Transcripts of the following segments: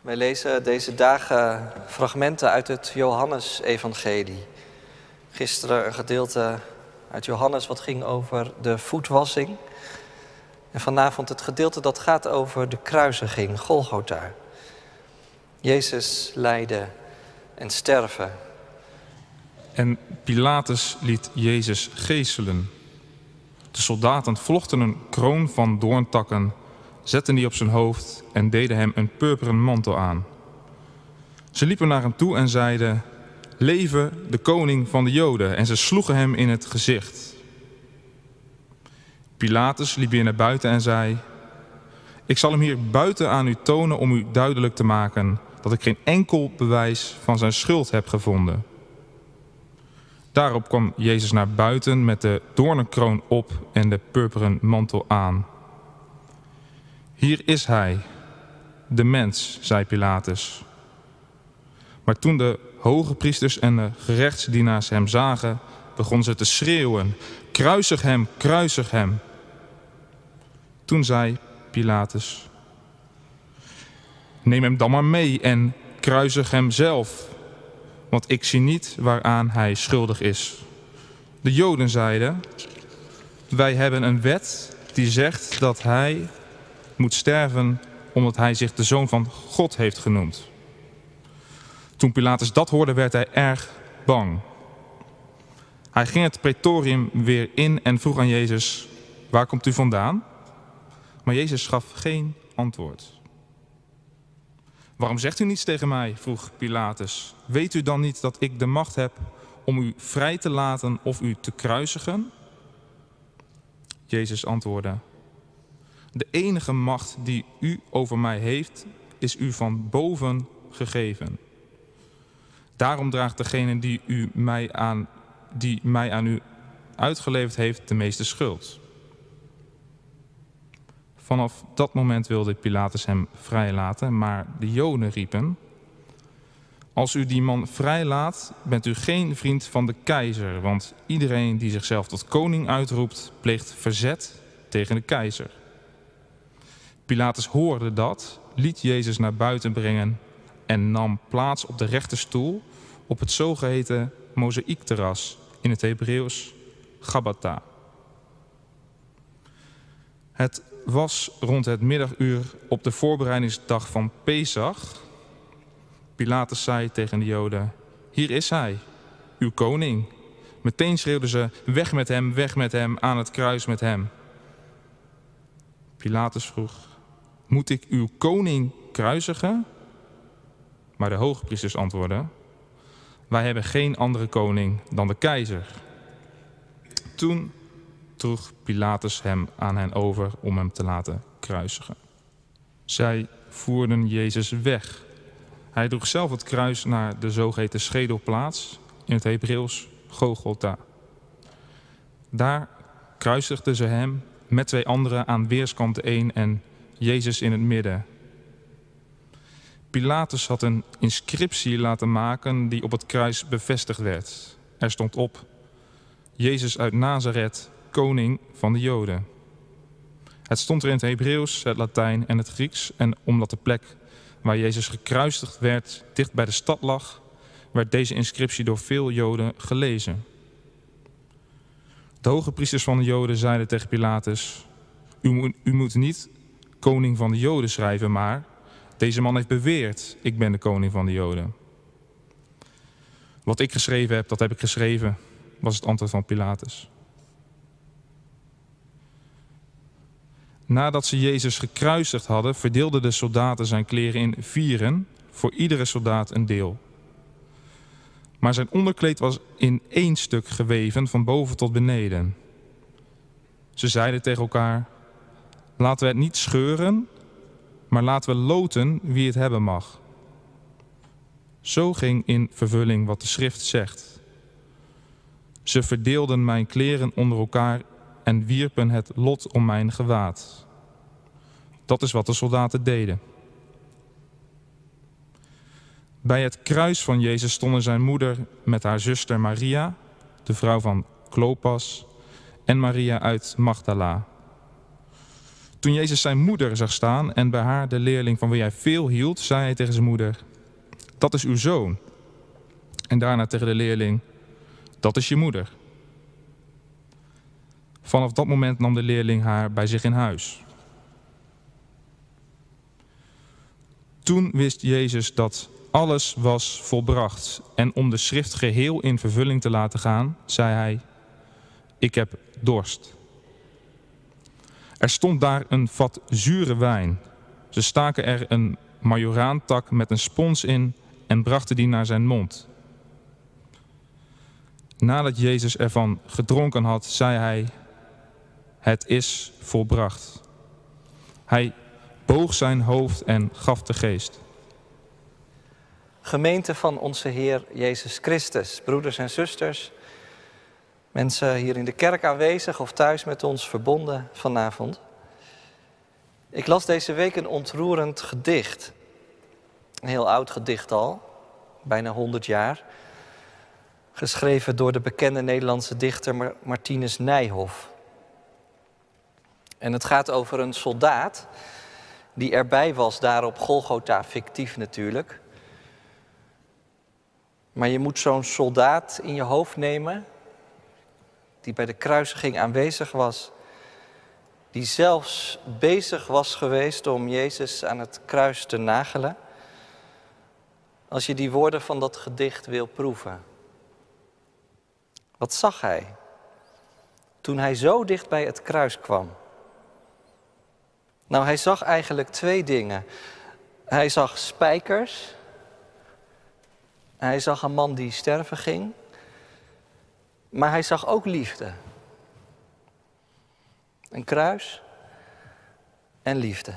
Wij lezen deze dagen fragmenten uit het Johannes-evangelie. Gisteren een gedeelte uit Johannes wat ging over de voetwassing. En vanavond het gedeelte dat gaat over de kruisiging, Golgotha. Jezus lijden en sterven. En Pilatus liet Jezus geeselen. De soldaten vlochten een kroon van doorntakken, zetten die op zijn hoofd en deden hem een purperen mantel aan. Ze liepen naar hem toe en zeiden: "Leve de koning van de Joden!" En ze sloegen hem in het gezicht. Pilatus liep weer naar buiten en zei: "Ik zal hem hier buiten aan u tonen om u duidelijk te maken dat ik geen enkel bewijs van zijn schuld heb gevonden." Daarop kwam Jezus naar buiten met de doornenkroon op en de purperen mantel aan. "Hier is hij, de mens," zei Pilatus. Maar toen de hoge priesters en de gerechtsdienaars hem zagen, begonnen ze te schreeuwen: "Kruisig hem, kruisig hem!" Toen zei Pilatus: "Neem hem dan maar mee en kruisig hem zelf, want ik zie niet waaraan hij schuldig is." De Joden zeiden: "Wij hebben een wet die zegt dat hij moet sterven omdat hij zich de Zoon van God heeft genoemd." Toen Pilatus dat hoorde, werd hij erg bang. Hij ging het praetorium weer in en vroeg aan Jezus: "Waar komt u vandaan?" Maar Jezus gaf geen antwoord. "Waarom zegt u niets tegen mij?" vroeg Pilatus. "Weet u dan niet dat ik de macht heb om u vrij te laten of u te kruisigen?" Jezus antwoordde: "De enige macht die u over mij heeft, is u van boven gegeven. Daarom draagt degene die mij aan u uitgeleverd heeft de meeste schuld." Vanaf dat moment wilde Pilatus hem vrijlaten, maar de Joden riepen: "Als u die man vrijlaat, bent u geen vriend van de keizer, want iedereen die zichzelf tot koning uitroept, pleegt verzet tegen de keizer." Pilatus hoorde dat, liet Jezus naar buiten brengen en nam plaats op de rechterstoel op het zogeheten mozaïekterras, in het Hebreeuws Gabbatha. Het was rond het middaguur op de voorbereidingsdag van Pesach. Pilatus zei tegen de Joden: "Hier is hij, uw koning." Meteen schreeuwden ze: weg met hem, aan het kruis met hem." Pilatus vroeg: "Moet ik uw koning kruisigen?" Maar de hogepriesters antwoordden: "Wij hebben geen andere koning dan de keizer." Toen droeg Pilatus hem aan hen over om hem te laten kruisigen. Zij voerden Jezus weg. Hij droeg zelf het kruis naar de zogeheten schedelplaats, in het Hebreeuws Golgotha. Daar kruisigden ze hem met 2 anderen aan weerskanten 1 en Jezus in het midden. Pilatus had een inscriptie laten maken die op het kruis bevestigd werd. Er stond op: "Jezus uit Nazareth, koning van de Joden." Het stond er in het Hebreeuws, het Latijn en het Grieks, en omdat de plek waar Jezus gekruisigd werd dicht bij de stad lag, werd deze inscriptie door veel Joden gelezen. De hoge priesters van de Joden zeiden tegen Pilatus: U moet niet koning van de Joden schrijven, maar deze man heeft beweerd: ik ben de koning van de Joden. Wat ik geschreven heb, dat heb ik geschreven, was het antwoord van Pilatus. Nadat ze Jezus gekruisigd hadden, verdeelden de soldaten zijn kleren in 4, voor iedere soldaat een deel. Maar zijn onderkleed was in 1 stuk geweven, van boven tot beneden. Ze zeiden tegen elkaar: laten we het niet scheuren, maar laten we loten wie het hebben mag. Zo ging in vervulling wat de schrift zegt: ze verdeelden mijn kleren onder elkaar en wierpen het lot om mijn gewaad. Dat is wat de soldaten deden. Bij het kruis van Jezus stonden zijn moeder met haar zuster Maria, de vrouw van Klopas, en Maria uit Magdala. Toen Jezus zijn moeder zag staan en bij haar de leerling van wie hij veel hield, zei hij tegen zijn moeder: dat is uw zoon. En daarna tegen de leerling: dat is je moeder. Vanaf dat moment nam de leerling haar bij zich in huis. Toen wist Jezus dat alles was volbracht. En om de schrift geheel in vervulling te laten gaan, zei hij: ik heb dorst. Er stond daar een vat zure wijn. Ze staken er een majoraantak met een spons in en brachten die naar zijn mond. Nadat Jezus ervan gedronken had, zei hij: het is volbracht. Hij boog zijn hoofd en gaf de geest. Gemeente van onze Heer Jezus Christus, broeders en zusters, mensen hier in de kerk aanwezig of thuis met ons verbonden vanavond. Ik las deze week een ontroerend gedicht. Een heel oud gedicht al, bijna 100 jaar. Geschreven door de bekende Nederlandse dichter Martinus Nijhoff. En het gaat over een soldaat die erbij was daar op Golgotha, fictief natuurlijk. Maar je moet zo'n soldaat in je hoofd nemen, die bij de kruisiging aanwezig was, die zelfs bezig was geweest om Jezus aan het kruis te nagelen. Als je die woorden van dat gedicht wil proeven. Wat zag hij toen hij zo dicht bij het kruis kwam? Nou, hij zag eigenlijk 2 dingen. Hij zag spijkers. Hij zag een man die sterven ging. Maar hij zag ook liefde. Een kruis en liefde.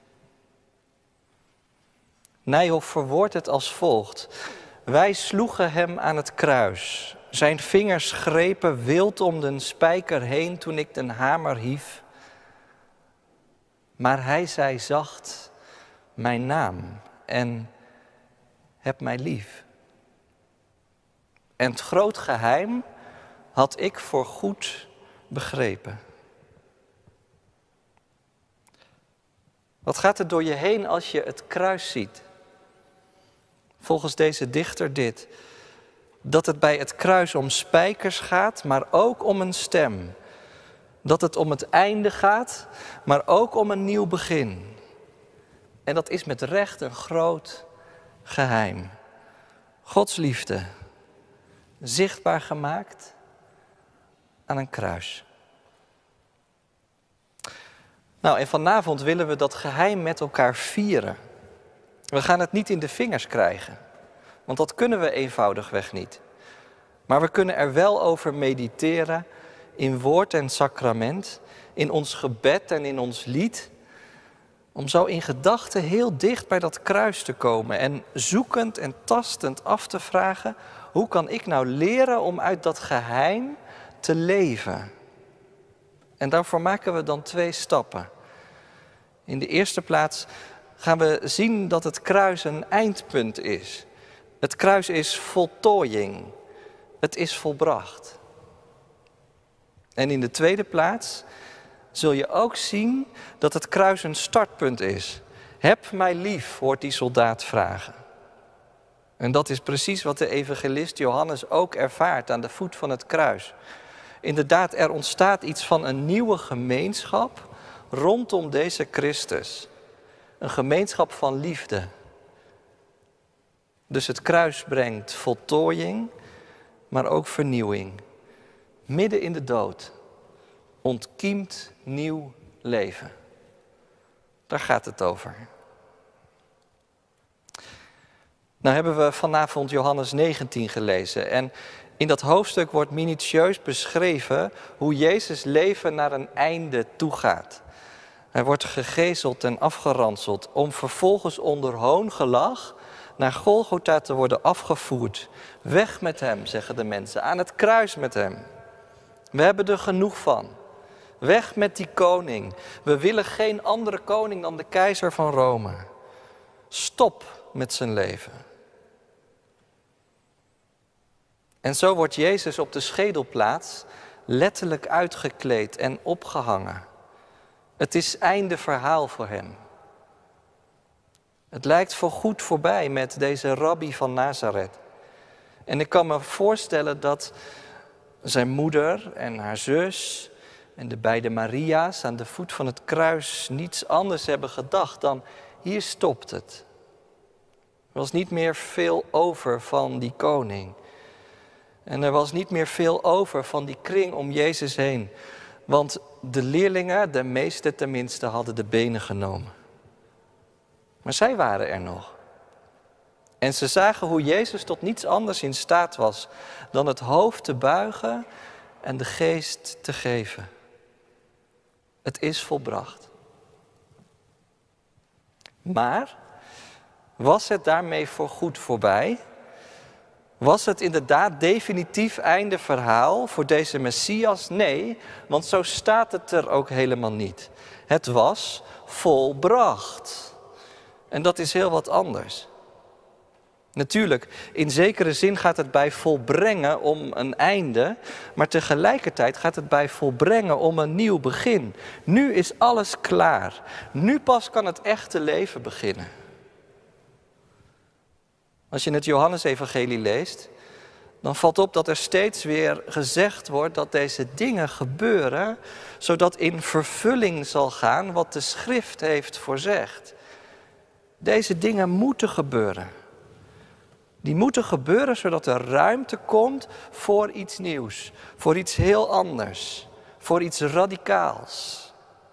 Nijhoff verwoordt het als volgt: wij sloegen hem aan het kruis. Zijn vingers grepen wild om den spijker heen toen ik den hamer hief. Maar hij zei zacht mijn naam en heb mij lief. En het groot geheim had ik voor goed begrepen. Wat gaat er door je heen als je het kruis ziet? Volgens deze dichter dit: dat het bij het kruis om spijkers gaat, maar ook om een stem. Dat het om het einde gaat, maar ook om een nieuw begin. En dat is met recht een groot geheim. Gods liefde, zichtbaar gemaakt aan een kruis. Nou, en vanavond willen we dat geheim met elkaar vieren. We gaan het niet in de vingers krijgen, want dat kunnen we eenvoudigweg niet. Maar we kunnen er wel over mediteren in woord en sacrament, in ons gebed en in ons lied, om zo in gedachten heel dicht bij dat kruis te komen en zoekend en tastend af te vragen: hoe kan ik nou leren om uit dat geheim te leven? En daarvoor maken we dan 2 stappen. In de eerste plaats gaan we zien dat het kruis een eindpunt is. Het kruis is voltooiing. Het is volbracht. En in de tweede plaats zul je ook zien dat het kruis een startpunt is. Heb mij lief, hoort die soldaat vragen. En dat is precies wat de evangelist Johannes ook ervaart aan de voet van het kruis. Inderdaad, er ontstaat iets van een nieuwe gemeenschap rondom deze Christus. Een gemeenschap van liefde. Dus het kruis brengt voltooiing, maar ook vernieuwing. Midden in de dood ontkiemt nieuw leven. Daar gaat het over. Nou hebben we vanavond Johannes 19 gelezen. En in dat hoofdstuk wordt minutieus beschreven hoe Jezus' leven naar een einde toegaat. Hij wordt gegezeld en afgeranseld om vervolgens onder hoongelach naar Golgotha te worden afgevoerd. Weg met hem, zeggen de mensen, aan het kruis met hem. We hebben er genoeg van. Weg met die koning. We willen geen andere koning dan de keizer van Rome. Stop met zijn leven. En zo wordt Jezus op de schedelplaats letterlijk uitgekleed en opgehangen. Het is einde verhaal voor hem. Het lijkt voorgoed voorbij met deze rabbi van Nazareth. En ik kan me voorstellen dat zijn moeder en haar zus en de beide Maria's aan de voet van het kruis niets anders hebben gedacht dan: hier stopt het. Er was niet meer veel over van die koning. En er was niet meer veel over van die kring om Jezus heen. Want de leerlingen, de meeste tenminste, hadden de benen genomen. Maar zij waren er nog. En ze zagen hoe Jezus tot niets anders in staat was dan het hoofd te buigen en de geest te geven. Het is volbracht. Maar was het daarmee voorgoed voorbij? Was het inderdaad definitief einde verhaal voor deze Messias? Nee, want zo staat het er ook helemaal niet. Het was volbracht. En dat is heel wat anders. Natuurlijk, in zekere zin gaat het bij volbrengen om een einde, maar tegelijkertijd gaat het bij volbrengen om een nieuw begin. Nu is alles klaar. Nu pas kan het echte leven beginnen. Als je het Johannesevangelie leest, dan valt op dat er steeds weer gezegd wordt dat deze dingen gebeuren, zodat in vervulling zal gaan wat de schrift heeft voorzegd. Deze dingen moeten gebeuren. Die moeten gebeuren zodat er ruimte komt voor iets nieuws, voor iets heel anders, voor iets radicaals.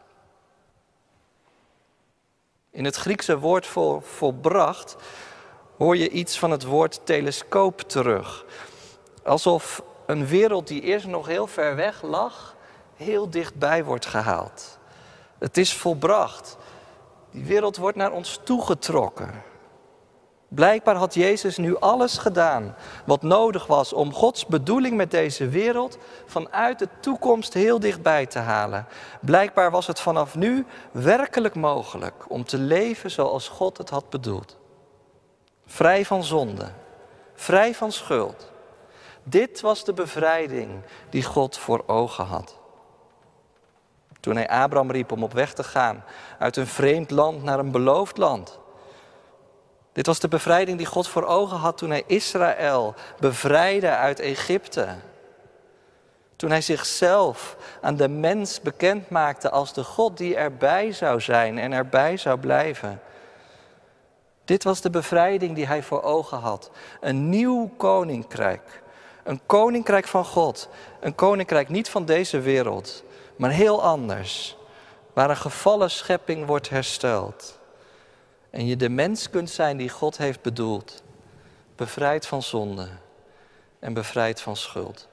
In het Griekse woord voor volbracht hoor je iets van het woord telescoop terug. Alsof een wereld die eerst nog heel ver weg lag, heel dichtbij wordt gehaald. Het is volbracht. Die wereld wordt naar ons toegetrokken. Blijkbaar had Jezus nu alles gedaan wat nodig was om Gods bedoeling met deze wereld vanuit de toekomst heel dichtbij te halen. Blijkbaar was het vanaf nu werkelijk mogelijk om te leven zoals God het had bedoeld. Vrij van zonde, vrij van schuld. Dit was de bevrijding die God voor ogen had. Toen hij Abraham riep om op weg te gaan uit een vreemd land naar een beloofd land. Dit was de bevrijding die God voor ogen had toen hij Israël bevrijdde uit Egypte. Toen hij zichzelf aan de mens bekend maakte als de God die erbij zou zijn en erbij zou blijven. Dit was de bevrijding die hij voor ogen had. Een nieuw koninkrijk. Een koninkrijk van God. Een koninkrijk niet van deze wereld, maar heel anders. Waar een gevallen schepping wordt hersteld. En je de mens kunt zijn die God heeft bedoeld. Bevrijd van zonde en bevrijd van schuld.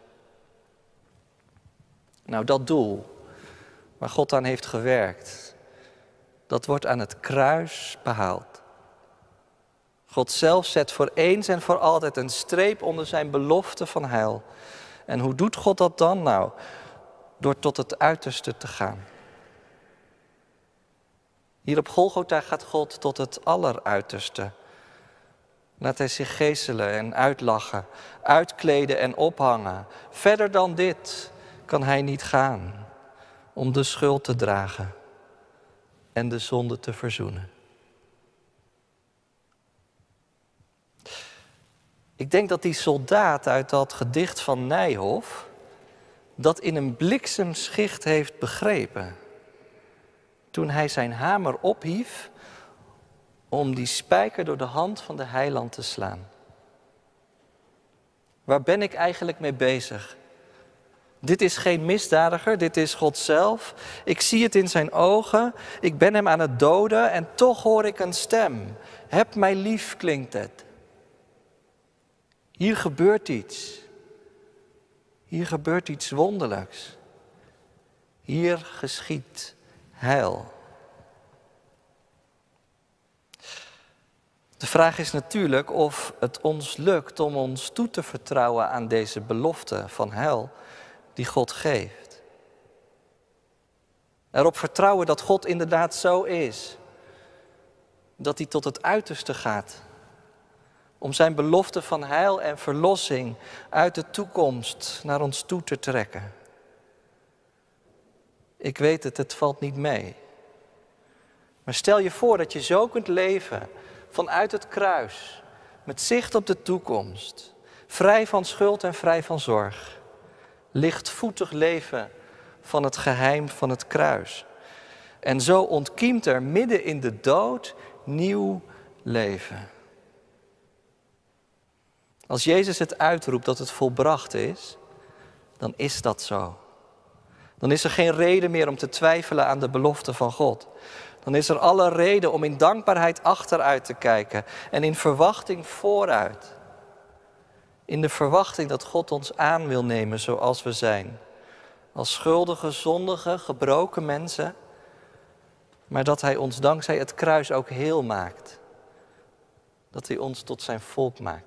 Nou, dat doel waar God aan heeft gewerkt, dat wordt aan het kruis behaald. God zelf zet voor eens en voor altijd een streep onder zijn belofte van heil. En hoe doet God dat dan? Nou, door tot het uiterste te gaan. Hier op Golgotha gaat God tot het alleruiterste. Laat hij zich geeselen en uitlachen, uitkleden en ophangen. Verder dan dit kan hij niet gaan om de schuld te dragen en de zonde te verzoenen. Ik denk dat die soldaat uit dat gedicht van Nijhoff dat in een bliksemschicht heeft begrepen. Toen hij zijn hamer ophief om die spijker door de hand van de heiland te slaan. Waar ben ik eigenlijk mee bezig? Dit is geen misdadiger, dit is God zelf. Ik zie het in zijn ogen, ik ben hem aan het doden en toch hoor ik een stem. Heb mij lief, klinkt het. Hier gebeurt iets. Hier gebeurt iets wonderlijks. Hier geschiedt heil. De vraag is natuurlijk of het ons lukt om ons toe te vertrouwen aan deze belofte van heil die God geeft. Erop vertrouwen dat God inderdaad zo is. Dat hij tot het uiterste gaat. Om zijn belofte van heil en verlossing uit de toekomst naar ons toe te trekken. Ik weet het, het valt niet mee. Maar stel je voor dat je zo kunt leven vanuit het kruis, met zicht op de toekomst, vrij van schuld en vrij van zorg. Lichtvoetig leven van het geheim van het kruis. En zo ontkiemt er midden in de dood nieuw leven. Als Jezus het uitroept dat het volbracht is, dan is dat zo. Dan is er geen reden meer om te twijfelen aan de belofte van God. Dan is er alle reden om in dankbaarheid achteruit te kijken en in verwachting vooruit. In de verwachting dat God ons aan wil nemen zoals we zijn. Als schuldige, zondige, gebroken mensen. Maar dat Hij ons dankzij het kruis ook heel maakt. Dat Hij ons tot zijn volk maakt.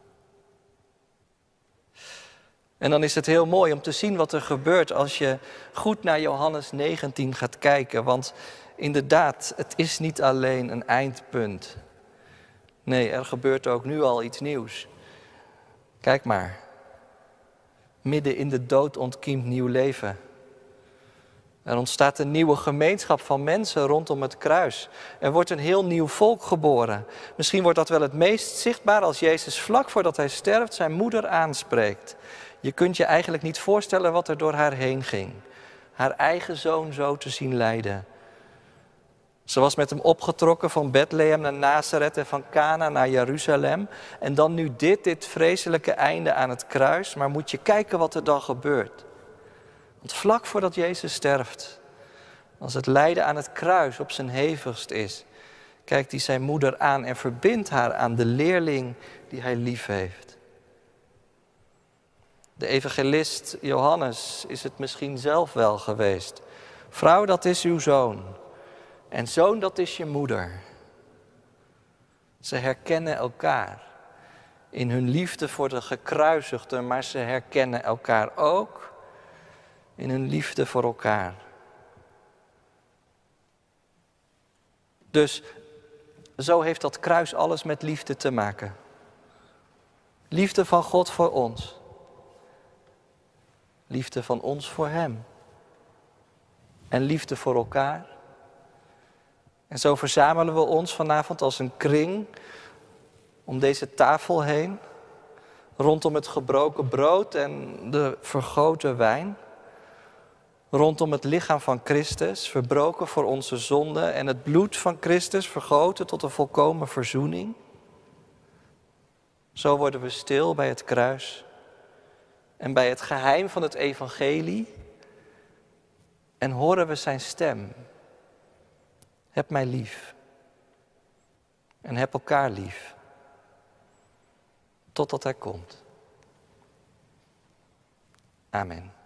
En dan is het heel mooi om te zien wat er gebeurt als je goed naar Johannes 19 gaat kijken. Want inderdaad, het is niet alleen een eindpunt. Nee, er gebeurt ook nu al iets nieuws. Kijk maar. Midden in de dood ontkiemt nieuw leven. Er ontstaat een nieuwe gemeenschap van mensen rondom het kruis. Er wordt een heel nieuw volk geboren. Misschien wordt dat wel het meest zichtbaar als Jezus vlak voordat hij sterft zijn moeder aanspreekt. Je kunt je eigenlijk niet voorstellen wat er door haar heen ging. Haar eigen zoon zo te zien lijden. Ze was met hem opgetrokken van Bethlehem naar Nazareth en van Kana naar Jeruzalem. En dan nu dit vreselijke einde aan het kruis. Maar moet je kijken wat er dan gebeurt. Want vlak voordat Jezus sterft, als het lijden aan het kruis op zijn hevigst is, kijkt hij zijn moeder aan en verbindt haar aan de leerling die hij lief heeft. De evangelist Johannes is het misschien zelf wel geweest. Vrouw, dat is uw zoon. En zoon, dat is je moeder. Ze herkennen elkaar in hun liefde voor de gekruisigde, maar ze herkennen elkaar ook in hun liefde voor elkaar. Dus zo heeft dat kruis alles met liefde te maken. Liefde van God voor ons. Liefde van ons voor Hem. En liefde voor elkaar. En zo verzamelen we ons vanavond als een kring om deze tafel heen. Rondom het gebroken brood en de vergoten wijn. Rondom het lichaam van Christus, verbroken voor onze zonden. En het bloed van Christus, vergoten tot een volkomen verzoening. Zo worden we stil bij het kruis. En bij het geheim van het evangelie. En horen we zijn stem. Heb mij lief. En heb elkaar lief. Totdat hij komt. Amen.